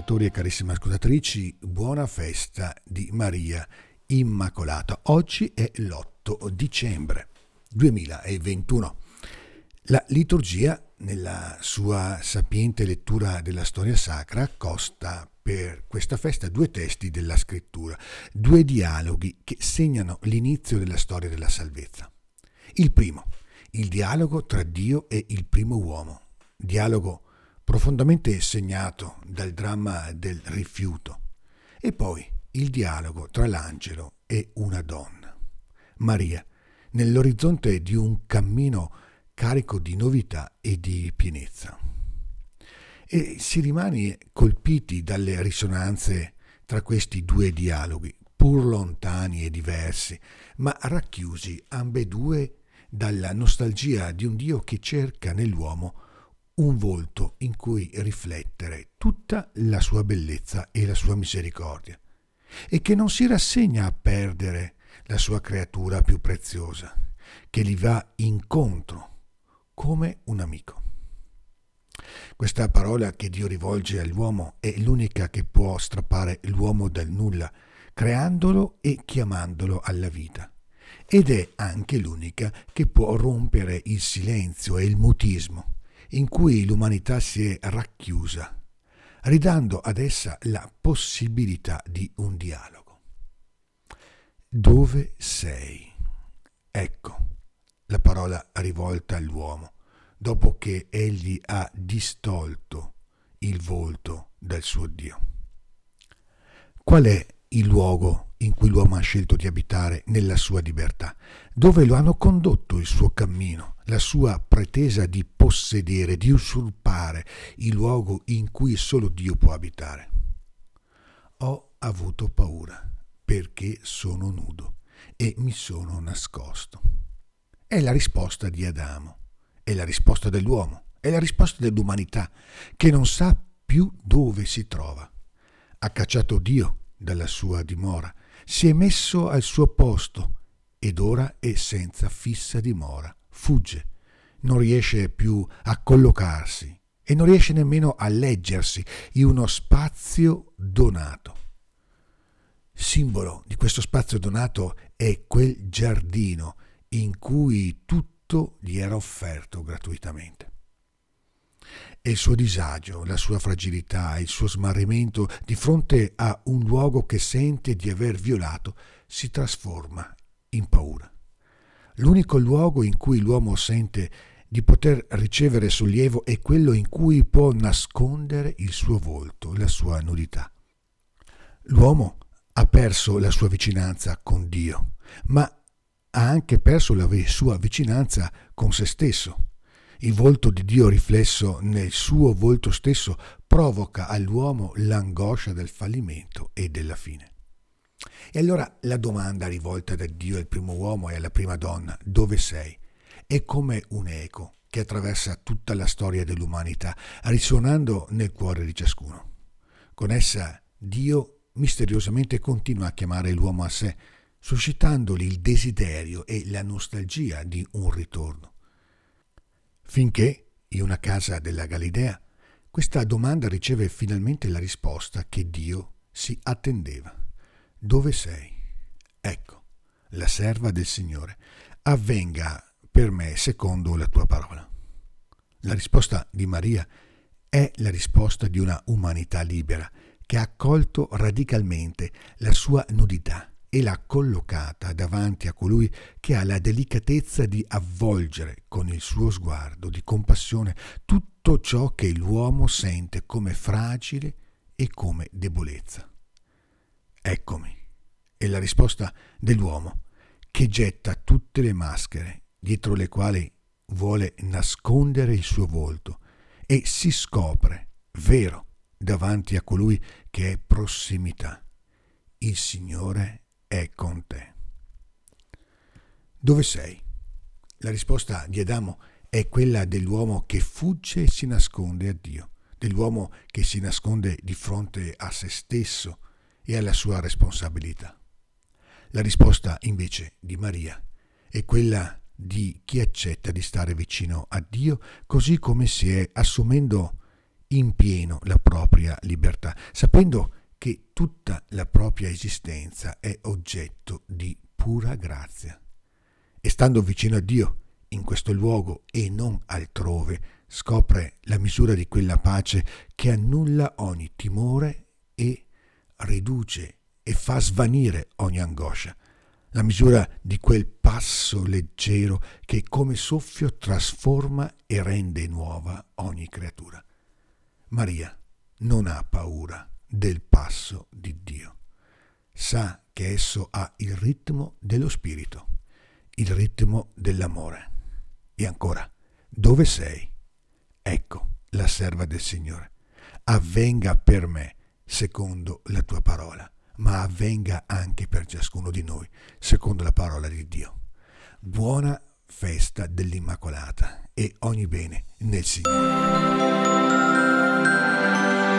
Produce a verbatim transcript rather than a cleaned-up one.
ascoltatori e carissime ascoltatrici, buona festa di Maria Immacolata. Oggi è l'otto dicembre duemilaventuno. La liturgia, nella sua sapiente lettura della storia sacra, accosta per questa festa due testi della scrittura, due dialoghi che segnano l'inizio della storia della salvezza. Il primo, il dialogo tra Dio e il primo uomo, dialogo profondamente segnato dal dramma del rifiuto, e poi il dialogo tra l'angelo e una donna, Maria, nell'orizzonte di un cammino carico di novità e di pienezza. E si rimane colpiti dalle risonanze tra questi due dialoghi, pur lontani e diversi, ma racchiusi ambedue dalla nostalgia di un Dio che cerca nell'uomo un volto in cui riflettere tutta la sua bellezza e la sua misericordia, e che non si rassegna a perdere la sua creatura più preziosa, che gli va incontro come un amico. Questa parola che Dio rivolge all'uomo è l'unica che può strappare l'uomo dal nulla, creandolo e chiamandolo alla vita, ed è anche l'unica che può rompere il silenzio e il mutismo in cui l'umanità si è racchiusa, ridando ad essa la possibilità di un dialogo. Dove sei? Ecco la parola rivolta all'uomo, dopo che egli ha distolto il volto dal suo Dio. Qual è il luogo in cui l'uomo ha scelto di abitare nella sua libertà? Dove lo hanno condotto il suo cammino, la sua pretesa di possedere, di usurpare il luogo in cui solo Dio può abitare? Ho avuto paura perché sono nudo e mi sono nascosto. È la risposta di Adamo, è la risposta dell'uomo, è la risposta dell'umanità che non sa più dove si trova. Ha cacciato Dio dalla sua dimora, si è messo al suo posto ed ora è senza fissa dimora, fugge, non riesce più a collocarsi e non riesce nemmeno a leggersi in uno spazio donato. Simbolo di questo spazio donato è quel giardino in cui tutto gli era offerto gratuitamente. E il suo disagio, la sua fragilità, il suo smarrimento di fronte a un luogo che sente di aver violato si trasforma in paura. L'unico luogo in cui l'uomo sente di poter ricevere sollievo è quello in cui può nascondere il suo volto, la sua nudità. L'uomo ha perso la sua vicinanza con Dio, ma ha anche perso la sua vicinanza con se stesso. Il volto di Dio riflesso nel suo volto stesso provoca all'uomo l'angoscia del fallimento e della fine. E allora la domanda rivolta da Dio al primo uomo e alla prima donna, dove sei? È come un eco che attraversa tutta la storia dell'umanità, risuonando nel cuore di ciascuno. Con essa Dio misteriosamente continua a chiamare l'uomo a sé, suscitandogli il desiderio e la nostalgia di un ritorno. Finché, in una casa della Galilea, questa domanda riceve finalmente la risposta che Dio si attendeva. Dove sei? Ecco, la serva del Signore. Avvenga per me secondo la tua parola. La risposta di Maria è la risposta di una umanità libera che ha accolto radicalmente la sua nudità e l'ha collocata davanti a colui che ha la delicatezza di avvolgere con il suo sguardo di compassione tutto ciò che l'uomo sente come fragile e come debolezza. Eccomi, è la risposta dell'uomo che getta tutte le maschere dietro le quali vuole nascondere il suo volto e si scopre vero davanti a colui che è prossimità. Il Signore è con te. Dove sei? La risposta di Adamo è quella dell'uomo che fugge e si nasconde a Dio, dell'uomo che si nasconde di fronte a se stesso e alla sua responsabilità. La risposta invece di Maria è quella di chi accetta di stare vicino a Dio così come si è, assumendo in pieno la propria libertà, sapendo che tutta la propria esistenza è oggetto di pura grazia. E stando vicino a Dio, in questo luogo e non altrove, scopre la misura di quella pace che annulla ogni timore e riduce e fa svanire ogni angoscia, la misura di quel passo leggero che come soffio trasforma e rende nuova ogni creatura. Maria non ha paura del passo di Dio. Sa che esso ha il ritmo dello spirito, il ritmo dell'amore. E ancora, dove sei? Ecco la serva del Signore. Avvenga per me secondo la tua parola, ma avvenga anche per ciascuno di noi secondo la parola di Dio. Buona festa dell'Immacolata e ogni bene nel Signore.